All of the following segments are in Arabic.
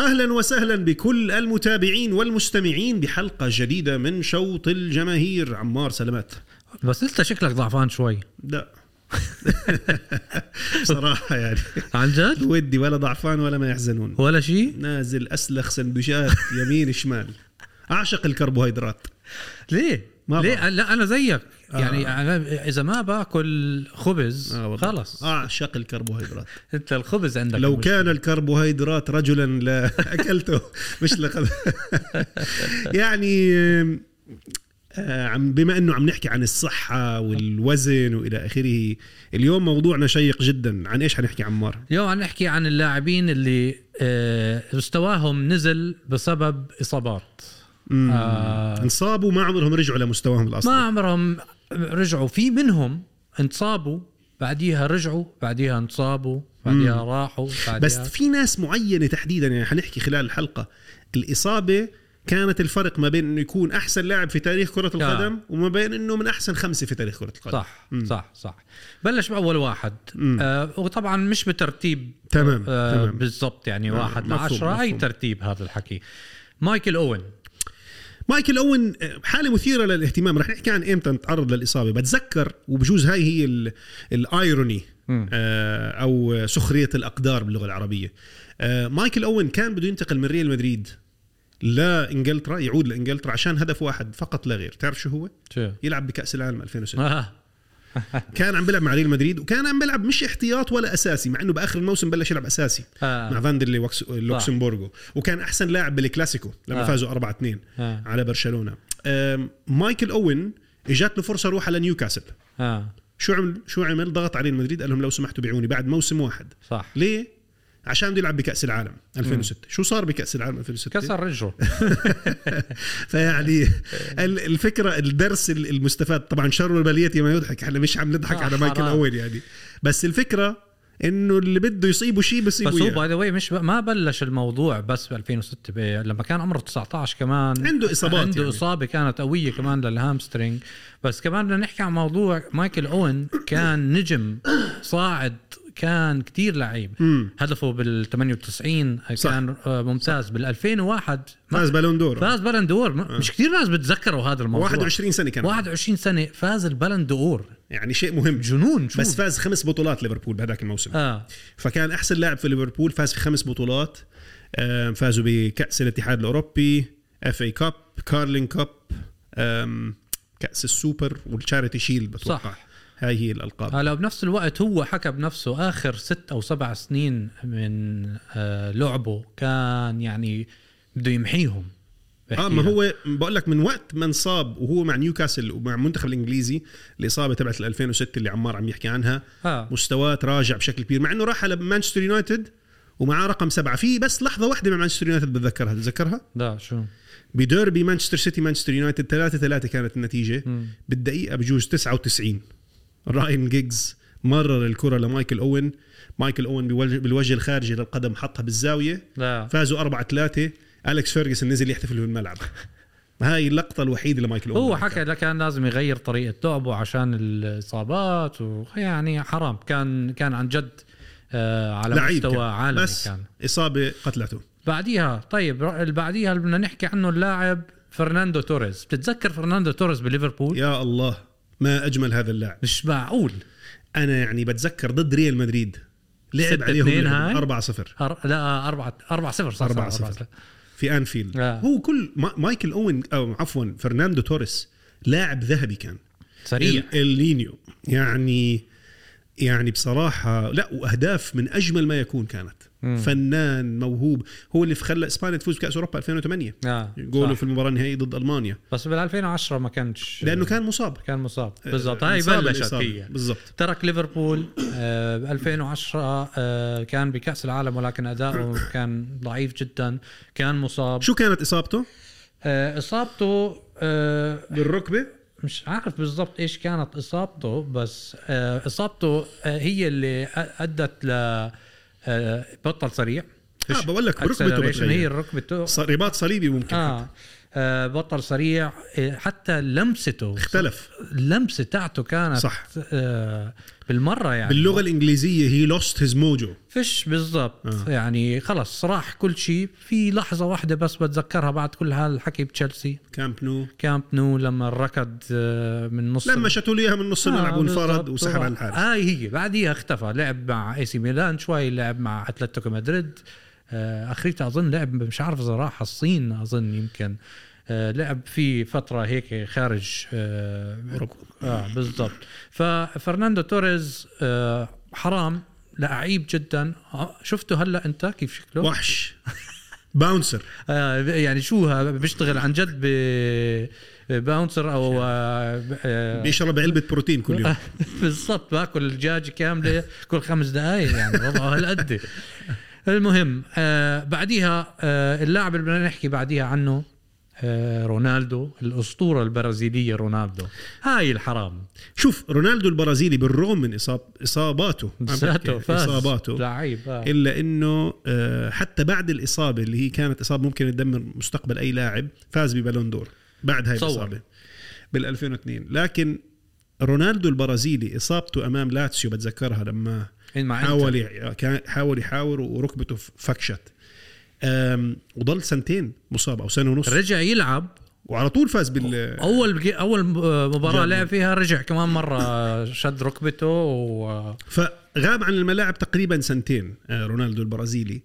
وأهلا وسهلا بكل المتابعين والمستمعين بحلقة جديدة من شوط الجماهير. عمار سلامات. بس انت شكلك ضعفان شوي. لا صراحة يعني عن جد ودي ولا ضعفان ولا ما يحزنون ولا شيء. نازل أسلخ سندوشات يمين شمال. أعشق الكربوهيدرات. ليه؟ لا أنا زيك يعني أنا إذا ما باكل خبز خلص أعشق الكربوهيدرات. أنت الخبز عندك لو كان الكربوهيدرات رجلا لا أكلته مش لقد يعني بما أنه عم نحكي عن الصحة والوزن وإلى آخره، اليوم موضوعنا شيق جدا. عن إيش حنحكي عمار؟ اليوم عم نحكي عن اللاعبين اللي مستواهم نزل بسبب إصابات. انصابوا ما عمرهم رجعوا لمستواهم الأصلي. ما عمرهم رجعوا. في منهم انصابوا بعديها رجعوا، بعديها انصابوا، بعديها راحوا، بعديها. بس في ناس معينة تحديدا يعني حنحكي خلال الحلقة الإصابة كانت الفرق ما بين انه يكون احسن لاعب في تاريخ كرة القدم وما بين انه من احسن 5 في تاريخ كرة القدم. صح. بلش باول واحد وطبعا مش بترتيب تمام بالضبط يعني 1 ل10 اي ترتيب. هذا الحكي مايكل اوين حالة مثيرة للاهتمام. رح نحكي عن امتى نتعرض للإصابة. بتذكر وبجوز هاي هي الايروني او سخرية الأقدار باللغة العربية. مايكل اوين كان بده ينتقل من ريال مدريد لإنجلترا، يعود لإنجلترا عشان هدف واحد فقط لا غير. تعرف شو هو؟ يلعب بكأس العالم 2006. كان عم بيلعب مع ريال مدريد وكان عم بيلعب مش احتياط ولا أساسي، مع أنه بآخر الموسم بلش يلعب أساسي مع فاندرلي لوكسمبورغو، وكان أحسن لاعب بالكلاسيكو لما فازوا 4-2 على برشلونة. مايكل أوين إجات له فرصة روح على نيوكاسل. شو عمل؟ ضغط على ريال مدريد قال لهم لو سمحتوا بيعوني بعد موسم واحد. صح. ليه؟ عشان بده يلعب بكأس العالم 2006. شو صار بكأس العالم 2006؟ كسر رجله. فيعني الفكرة الدرس المستفاد، طبعا شر البلية ما يضحك، احنا مش عم نضحك على مايكل أوين يعني، بس الفكرة انه اللي بده يصيبه شيء بيصيبه. بس هو باي ذا واي مش ما بلش الموضوع بس ب 2006 لما كان عمره 19 كمان عنده إصابات، عنده يعني إصابة كانت قوية كمان للهامسترينج. بس كمان بدنا نحكي عن موضوع مايكل أوين كان نجم صاعد، كان كتير لعيب. هدفه بال98 كان ممتاز. بال2001 فاز بالون دور. مش كتير ناس بتذكروا هذا الموضوع. 21 سنة كان. 21 سنة فاز البالون دور، يعني شيء مهم جنون. بس فاز 5 بطولات ليفربول بهذاك الموسم. فكان أحسن لاعب في ليفربول، فاز في 5 بطولات. فازوا بكأس الاتحاد الأوروبي، FA كاب، كارلين كاب، كأس السوبر والشاريتي شيلد بتوقع. صح. هاي هي الألقاب. هلا بنفس الوقت هو حكى بنفسه آخر 6 أو 7 سنين من لعبه كان يعني بده يمحيهم. ما هو بقول لك من وقت ما انصاب وهو مع نيوكاسل ومع المنتخب الإنجليزي، الإصابة تبعت 2006 اللي عمار عم يحكي عنها، مستواه تراجع بشكل كبير، مع إنه راح على مانشستر يونايتد ومعاه رقم 7. في بس لحظة واحدة مع مانشستر يونايتد تذكرها؟ لا شو؟ بديربي مانشستر سيتي مانشستر يونايتد 3-3 كانت النتيجة. بالدقيقة بجوز 99 راين جيجز مرر الكرة لمايكل أوين. مايكل أوين بالوجه الخارجي للقدم حطها بالزاوية. فازوا 4-3. أليكس فيرغسون نزل يحتفل في الملعب. هاي اللقطة الوحيدة لمايكل أوين. هو حكى لك كان لازم يغير طريقة لعبه عشان الإصابات، ويعني حرام كان عن جد على مستوى عالمي. بس كان إصابة قتلته. بعديها بعديها بدنا نحكي عنه اللاعب فرناندو توريز. بتتذكر فرناندو توريز بليفربول؟ يا الله ما أجمل هذا اللاعب، مش معقول. أنا يعني بتذكر ضد ريال مدريد لعب عليهم 4-0. لا 4-0 في أنفيلد. هو كل مايكل أوين أو عفوا فرناندو توريس لاعب ذهبي، كان سريع اللينيو يعني بصراحة لا، وأهداف من أجمل ما يكون كانت. فنان موهوب، هو اللي خلى إسبانيا تفوز بكأس أوروبا 2008. جوله في المباراة النهائية ضد ألمانيا. بس بال2010 ما كانش، لأنه كان مصاب بالضبط. هاي بلشت فيها بالضبط. ترك ليفربول 2010 كان بكأس العالم، ولكن أداؤه كان ضعيف جدا، كان مصاب. شو كانت إصابته؟ إصابته بالركبة. مش عارف بالضبط إيش كانت إصابته، بس إصابته هي اللي أدت ل بطل سريع. بقول لك ركبته هي الركبة رباط صليبي ممكن. بطل سريع، حتى لمسته اختلف، اللمسة تاعته كانت صح. بالمرة يعني باللغة الإنجليزية هي lost his mojo. فيش بالضبط. يعني خلص راح كل شيء. في لحظة واحدة بس بتذكرها بعد كل هالحكي بتشيلسي، كامب نو لما ركض من نص، لما شتوا ليها من نص الملعب وانفرد وسحب عن الحارس. هي بعديها اختفى. لعب مع اي سي ميلان شوي، لعب مع اتلتيكو مدريد، اخريته اظن لعب مش عارف اذا راح الصين، اظن يمكن لعب في فترة هيك خارج بالضبط. ففرناندو توريز حرام، لعيب جدا. شفته هلا انت كيف شكله؟ وحش باونسر. يعني شو بيشتغل عن جد باونسر او بيشرب علبة بروتين كل يوم. بالضبط، باكل الدجاج كاملة كل 5 دقائق، يعني وضعه هالقد. المهم بعديها اللاعب اللي بدنا نحكي بعديها عنه رونالدو، الأسطورة البرازيلية رونالدو. هاي الحرام. شوف رونالدو البرازيلي بالرغم من إصاباته لعيب إلا إنه حتى بعد الإصابة اللي هي كانت إصابة ممكن تدمر مستقبل أي لاعب، فاز ببالون دور بعد هاي الإصابة بال2002. لكن رونالدو البرازيلي إصابته أمام لاتسيو بتذكرها لما حاول يحاور وركبته فكشت، وضل 2 مصاب أو 1.5 سنة، رجع يلعب وعلى طول فاز أول مباراة لعب فيها رجع كمان مرة شد ركبته فغاب عن الملاعب تقريبا 2 رونالدو البرازيلي.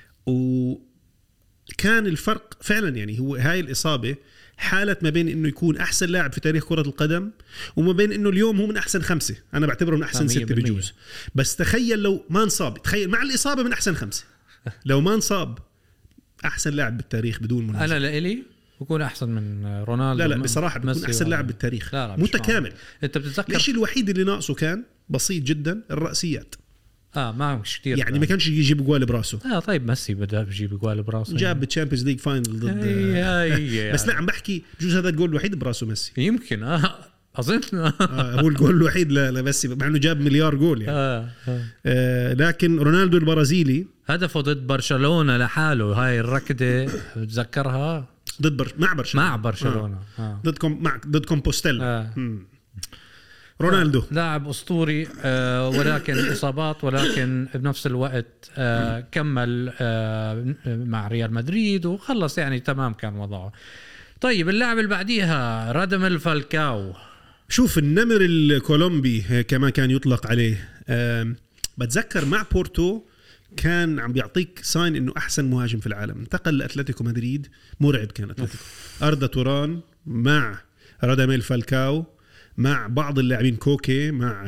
وكان الفرق فعلا يعني هو هاي الإصابة حالة ما بين إنه يكون أحسن لاعب في تاريخ كرة القدم وما بين إنه اليوم هو من أحسن 5، أنا بعتبره من أحسن 6 بجوز. بس تخيل لو ما انصاب، تخيل مع الإصابة من أحسن 5 لو ما انصاب أحسن لاعب بالتاريخ بدون منازع. أنا لإلي بكون أحسن من رونالدو. لا بصراحة بكون أحسن لاعب بالتاريخ، متكامل. أنت بتتذكر الشيء الوحيد اللي ناقصه كان بسيط جدا، الرأسيات. ما مش كتير يعني ما كانش يجيب جوال براسه. طيب ميسي بدأ بجيب جوال براسه، جاب بالتشامبيونز ليج فاينل ضد بس لا عم بحكي بجوز هذا الجول الوحيد براسه ميسي يمكن أظن هو الجول الوحيد لميسي مع انه جاب مليار جول يعني. لكن رونالدو البرازيلي هدفه ضد برشلونة لحاله، هاي الركضة بتذكرها مع برشلونة ضد كومبوستيلا. رونالدو لاعب أسطوري، ولكن إصابات، ولكن بنفس الوقت كمل مع ريال مدريد وخلص يعني تمام كان وضعه. طيب اللاعب اللي بعديها راداميل فالكاو. شوف النمر الكولومبي كما كان يطلق عليه. بتذكر مع بورتو كان عم بيعطيك ساين انه احسن مهاجم في العالم. انتقل لاتلتيكو مدريد، مرعب كان اتلتيكو. أردا توران مع راداميل فالكاو مع بعض اللاعبين، كوكي مع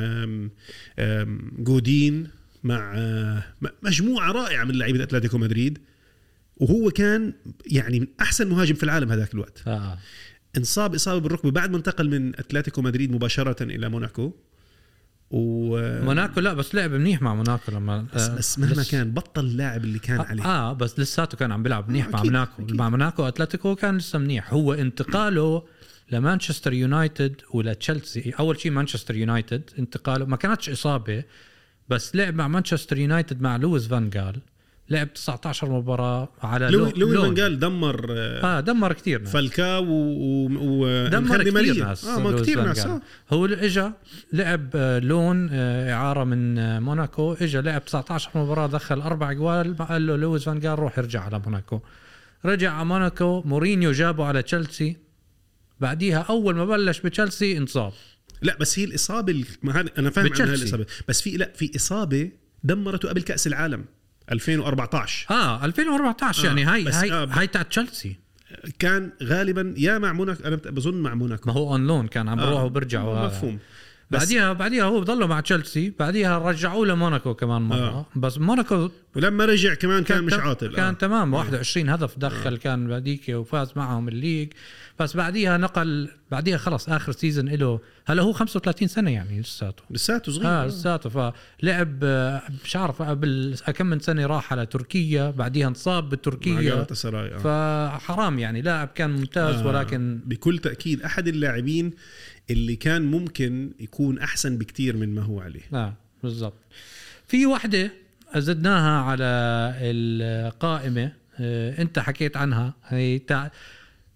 جودين، مع مجموعة رائعة من لاعبين اتلتيكو مدريد، وهو كان يعني من احسن مهاجم في العالم هذاك الوقت. انصاب إصابة بالركبة بعد ما انتقل من اتلتيكو مدريد مباشرة الى موناكو. موناكو لا بس لعب منيح مع موناكو لما بس مهما كان بطل اللاعب اللي كان عليه. بس لساته كان عم بيلعب منيح مع موناكو. مع موناكو اتلتيكو كان لسه منيح. هو انتقاله لمانشستر يونايتد ولا تشيلسي، اول شيء مانشستر يونايتد انتقاله ما كانتش إصابة، بس لعب مع مانشستر يونايتد مع لويس فان جال، لعب 19 مباراة على لويس فان جال دمر كتير ناس. فالكاو دمر كتير ناس. كتير ناس. هو اجا لعب لون إعارة من موناكو، اجا لعب 19 مباراة دخل 4 جوال، قال له لويس فان جال روح ارجع على موناكو. رجع على موناكو، مورينيو جابه على تشيلسي، بعديها أول ما بلش بتشيلسي انصاب. لا بس هي الإصابة أنا فاهم عنها الإصابة، بس في إصابة دمرته قبل كأس العالم 2014. 2014 يعني هاي تاع تشيلسي كان غالبا يا مع موناكو، أنا بظن مع موناكو، ما هو أون لون كان عم بروح وبرجع مفهوم. بعديها هو بضله مع تشيلسي، بعديها رجعوه لموناكو كمان مرة. بس موناكو ولما رجع كمان كان مش عاطل، كان تمام 21 هدف دخل كان بعديك وفاز معهم الليج. بس بعديها نقل، بعديها خلص آخر سيزن له، هلا هو 35 سنة يعني لساته صغير. لساته فلعب مش عارف قبل كم من سنة راح على تركيا، بعديها انصاب بتركيا فحرام يعني. لاعب كان ممتاز ولكن بكل تأكيد أحد اللاعبين اللي كان ممكن يكون أحسن بكتير من ما هو عليه. بالضبط. في واحدة زدناها على القائمة، أنت حكيت عنها،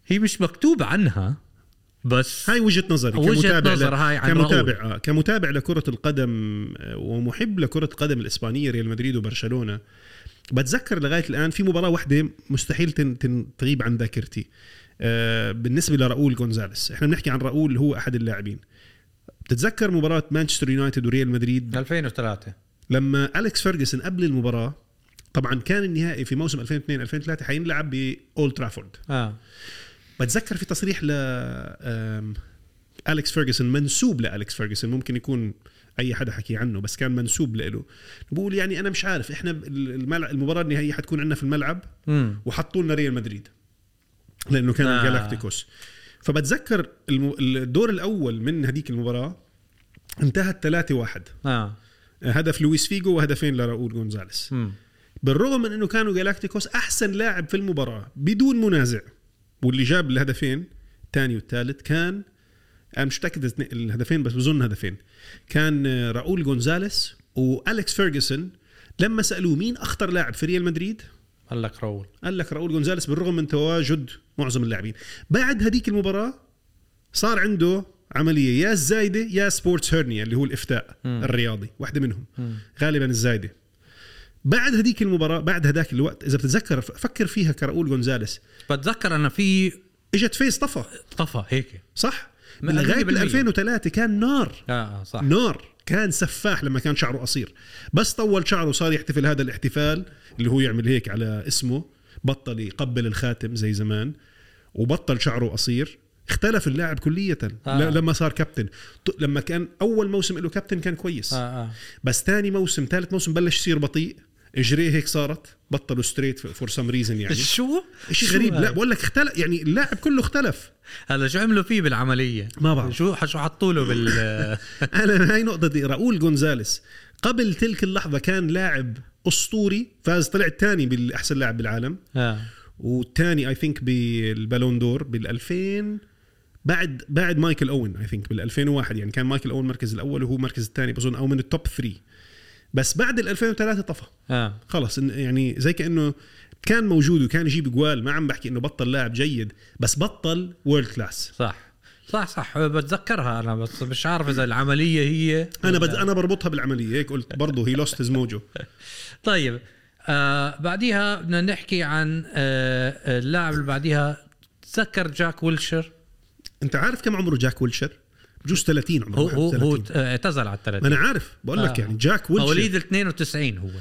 هي مش مكتوب عنها، بس هاي وجهة نظري وجهة نظر هاي عن كمتابع كمتابع لكرة القدم ومحب لكرة القدم الإسبانية، ريال مدريد وبرشلونة. بتذكر لغاية الآن في مباراة واحدة مستحيل تغيب عن ذاكرتي بالنسبة لراؤول غونزاليس. احنا بنحكي عن راؤول، هو أحد اللاعبين. بتتذكر مباراة مانشستر يونايتد وريال مدريد 2003 لما أليكس فيرغسون قبل المباراة، طبعا كان النهائي في موسم 2002-2003 حينلعب بأولد ترافورد. بتذكر في تصريح ل أليكس فيرغسون، منسوب لأليكس فيرغسون، ممكن يكون أي حدا حكي عنه بس كان منسوب له، بقول يعني أنا مش عارف، إحنا المباراة النهائية حتكون عندنا في الملعب وحطوا لنا ريال مدريد لأنه كان الجالاكتيكوس. فبتذكر الدور الأول من هديك المباراة انتهت 3-1. هدف لويس فيجو وهدفين لراؤول غونزاليس. بالرغم من أنه كانوا جالاكتيكوس أحسن لاعب في المباراة بدون منازع، واللي جاب الهدفين الثاني والثالث كان، أنا مش متأكد الهدفين بس بظن هدفين، كان راؤول غونزاليس وأليكس فيرغسون. لما سألوه مين أخطر لاعب في ريال مدريد قال لك راؤول غونزاليس، بالرغم من تواجد معظم اللاعبين. بعد هديك المباراة صار عنده عملية يا الزايدة يا سبورتس هيرنيا اللي هو الإفتاء الرياضي، واحدة منهم غالبا الزايدة. بعد هديك المباراة، بعد هداك الوقت إذا بتتذكر، فكر فيها كراؤول غونزاليس، بتذكر أنا في إجت فيس طفى هيك صح لغاية 2003 كان نار. صح. نار، كان سفاح لما كان شعره قصير، بس طول شعره صار يحتفل هذا الاحتفال اللي هو يعمل هيك على اسمه، بطل يقبل الخاتم زي زمان وبطل شعره قصير. اختلف اللاعب كلية لما صار كابتن. لما كان أول موسم له كابتن كان كويس، بس ثاني موسم ثالث موسم بلش يصير بطيء، اجريه هيك صارت بطلوا ستريت فور سم ريزن يعني. شيء غريب. لا بقول لك اختلف، يعني اللاعب كله اختلف. هلا شو عملوا فيه بالعملية ما بعرف، شو حطوا له انا هاي نقطتي. راؤول غونزاليس قبل تلك اللحظة كان لاعب أسطوري، فاز طلع الثاني بالأحسن لاعب بالعالم والثاني اي ثينك بالبالون دور بال2000 بعد مايكل أوين اي ثينك بال2001. يعني كان مايكل أوين مركز الأول وهو مركز الثاني بظن، أو من التوب 3. بس بعد 2003 طفى خلص. يعني زي كأنه كان موجود وكان يجيب جوال، ما عم بحكي إنه بطل لاعب جيد، بس بطل وورلد كلاس. صح بتذكرها أنا، بس مش عارف إذا العملية هي أنا بربطها بالعملية هيك قلت برضو هي لوست هيز موجو. طيب بعديها بدنا نحكي عن اللاعب اللي بعديها. تذكر جاك ويلشر. أنت عارف كم عمره جاك ويلشر؟ بجوز 30 عمره. هو اعتزل على 30. أنا عارف، بقول لك يعني جاك ويلشر وليد 92. هو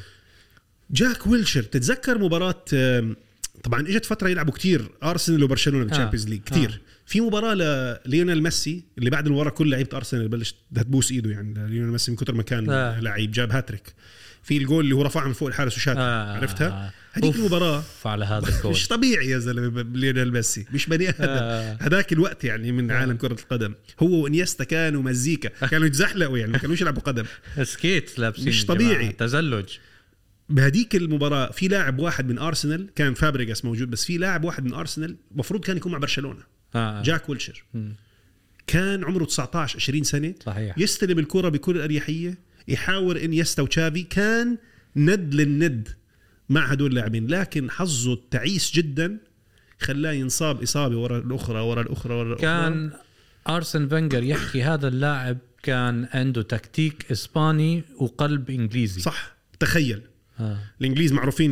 جاك ويلشر. تتذكر مباراة، طبعا اجت فترة يلعبوا كتير أرسنال وبرشلونة بالتشامبيونز ليج كتير. في مباراة لليونيل ميسي اللي بعد المباراة كل لعيبة أرسنال بلش تبوس إيده، يعني ليونيل ميسي من كتر ما كان لعيب جاب هاتريك. في الجول اللي هو رفعها من فوق الحارس وشات عرفتها هذيك المباراة على هذا الجول. مش طبيعي يا زلمة ليونيل ميسي، مش بني آدم هذاك الوقت يعني من عالم كرة القدم. هو وانيستا كانوا مزيكا، كانوا يتزحلقوا يعني، ما كانوش يلعبوا قدم، سكيت لابسين، مش طبيعي تزلج. بهديك المباراة في لاعب واحد من أرسنال كان فابريغاس موجود، بس في لاعب واحد من أرسنال مفروض كان يكون مع برشلونة جاك ويلشر. كان عمره 19-20 سنة صحيح. يستلم الكرة بكل أريحية، يحاور إنيستا وتشافي، كان ند للند مع هدول اللاعبين، لكن حظه التعيس جدا خلاه ينصاب إصابة ورا الأخرى. كان أرسن فينجر يحكي هذا اللاعب كان عنده تكتيك إسباني وقلب إنجليزي. صح، تخيل. الإنجليز معروفين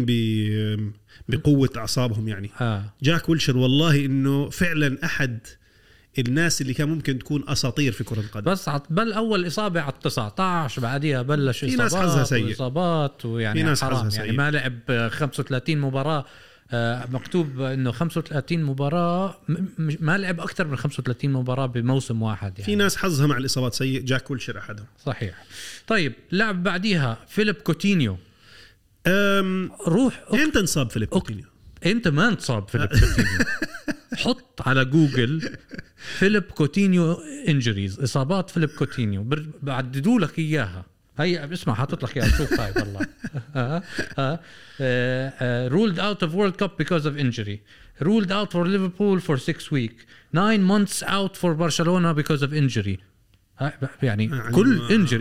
بقوة أعصابهم يعني. جاك ويلشر والله إنه فعلا أحد الناس اللي كان ممكن تكون أساطير في كرة القدم. بس بل أول إصابة على 19 بعديها بلش إصابات ويعني حرام يعني ما لعب 35 مباراة. مكتوب إنه 35 مباراة، ما لعب أكتر من 35 مباراة بموسم واحد يعني. في ناس حظها مع الإصابات سيء، جاك ويلشر أحدهم. صحيح. طيب لعب بعديها فيليب كوتينيو. روح امتى انصاب فيليب كوتينيو؟ انت ما انتصاب فيليب كوتينيو. حط على جوجل فيليب كوتينيو انجريز، اصابات فيليب كوتينيو، بعددوا لك اياها. هي اسمع حاطط لك اياها، شوف هاي والله. ruled out of World Cup because of injury, ruled out for Liverpool for 6 weeks, 9 months out for Barcelona because of injury. يعني كل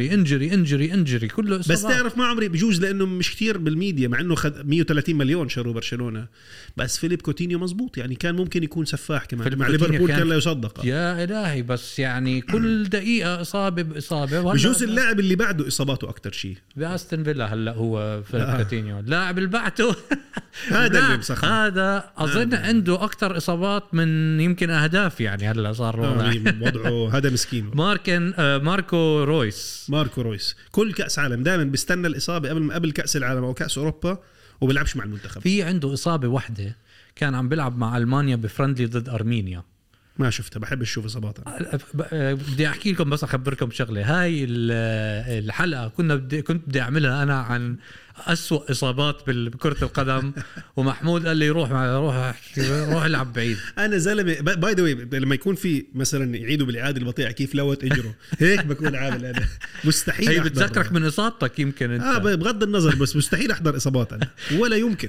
انجري كله إصابات. بس تعرف ما عمري بجوز لانه مش كتير بالميديا، مع انه خد 130 مليون شروه برشلونه. بس فيليب كوتينيو مزبوط، يعني كان ممكن يكون سفاح كمان مع ليفربول، كان لا يصدق. يا الهي بس يعني كل دقيقه اصابه باصابه. بجوز اللاعب اللي بعده اصاباته اكتر شيء باستن فيلا هلا هو فيليب كوتينيو اللاعب اللي بعته هذا اللي مسخن، هذا اظن عنده اكتر اصابات من يمكن اهداف. يعني هلا صار وضعه هذا مسكين. ماركو رويس كل كأس عالم دائما بيستنى الإصابة قبل كأس العالم أو كأس أوروبا وبيلعبش مع المنتخب. في عنده إصابة واحدة كان عم بيلعب مع ألمانيا بفرندلي ضد أرمينيا، ما شفتها، بحب أشوف إصاباتها. بدي أحكي لكم بس أخبركم شغلة. هاي الحلقة كنت بدي أعملها أنا عن أسوأ إصابات بكرة القدم ومحمود قال لي روح العب بعيد. أنا زلمة باي ذا واي، لما يكون في مثلا يعيدوا بالإعادة البطيئة كيف لوت إجره هيك بكون عامل أنا مستحيل. هي بتذكرك من إصابتك يمكن أنت. بغض النظر بس مستحيل أحضر إصابات أنا ولا يمكن.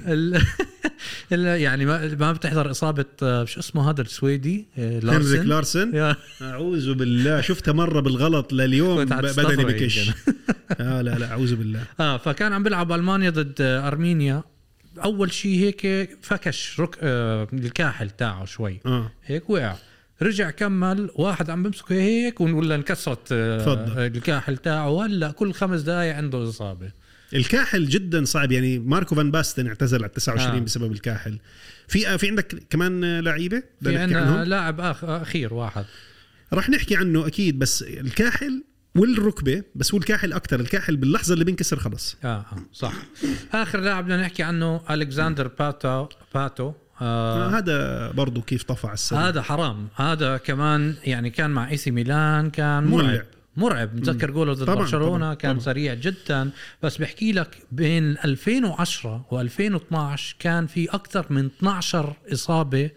يعني ما بتحضر إصابة شو اسمه هذا السويدي لارسن. أعوذ بالله، شفتها مرة بالغلط لليوم بدني بكش. لا أعوذ بالله. فكان عم بيلعب ألمانيا ضد أرمينيا. أول شيء هيك فكش الكاحل تاعه شوي هيك وقع، رجع كمل، واحد عم بمسكه هيك ولا انكسرت الكاحل تاعه. هلا كل 5 دقايق عنده إصابة. الكاحل جدا صعب. يعني ماركو فان باستن اعتزل على 29 بسبب الكاحل. في عندك كمان لعيبة، في عندنا لاعب أخير واحد راح نحكي عنه أكيد. بس الكاحل والركبة، بس هو الكاحل أكتر. الكاحل باللحظة اللي بينكسر خلص. صح. آخر لاعب بدنا نحكي عنه ألكساندر باتو. هذا برضو كيف طفع السنة. هذا حرام. هذا كمان يعني كان مع AC ميلان، كان مرعب. متذكر جوله ضد برشلونة كان طبعاً. سريع جدا. بس بحكي لك بين 2010 و2012 كان في أكثر من 12 إصابة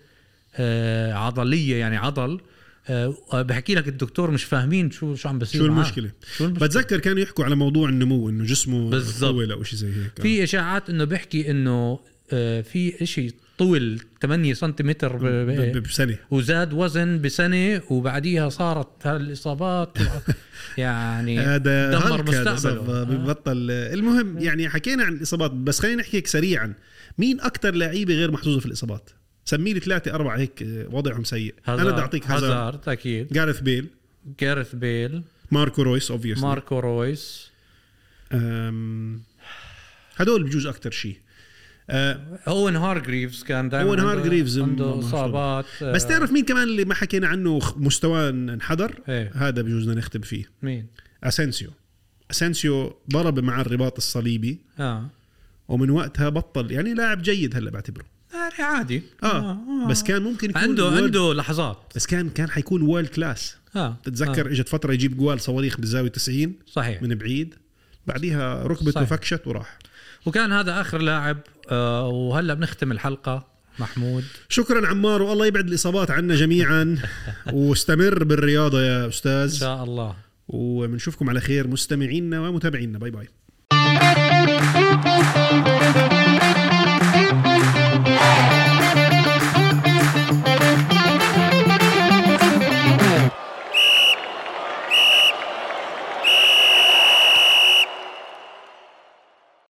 عضلية، يعني عضل. بحكي لك الدكتور مش فاهمين شو عم بصير، شو المشكلة. بتذكر كانوا يحكوا على موضوع النمو، انه جسمه طويل او شيء زي هيك. في اشاعات انه بيحكي انه في اشي طول 8 سنتيمتر بسنة، وزاد وزن بسنة، وبعديها صارت هالإصابات يعني دمر مستقبله. ببطل. المهم يعني حكينا عن الإصابات، بس خلينا نحكي سريعا. مين أكتر لاعيبة غير محظوظة في الإصابات؟ سمي لي 3-4 هيك وضعهم سيء. أنا بدي أعطيك هازارد أكيد، جاريث بيل، ماركو رويس هدول بجوز أكتر شيء. اوين هارغريفز كان دائما عنده اصابات. بس تعرف مين كمان اللي ما حكينا عنه مستواه انحدر؟ هذا بجوزنا نختم فيه. مين؟ اسينسيو ضرب مع الرباط الصليبي ومن وقتها بطل. يعني لاعب جيد هلا بعتبره عادي. بس كان ممكن يكون عنده لحظات. بس كان حيكون وورلد كلاس. تتذكر اجت فتره يجيب جوال صواريخ بالزاويه 90 صحيح من بعيد، بعديها ركبته فكشت وراح. وكان هذا آخر لاعب. وهلأ بنختم الحلقة. محمود شكرا عمار، والله يبعد الإصابات عنا جميعا واستمر بالرياضة يا أستاذ إن شاء الله. وبنشوفكم على خير مستمعينا ومتابعينا. باي باي.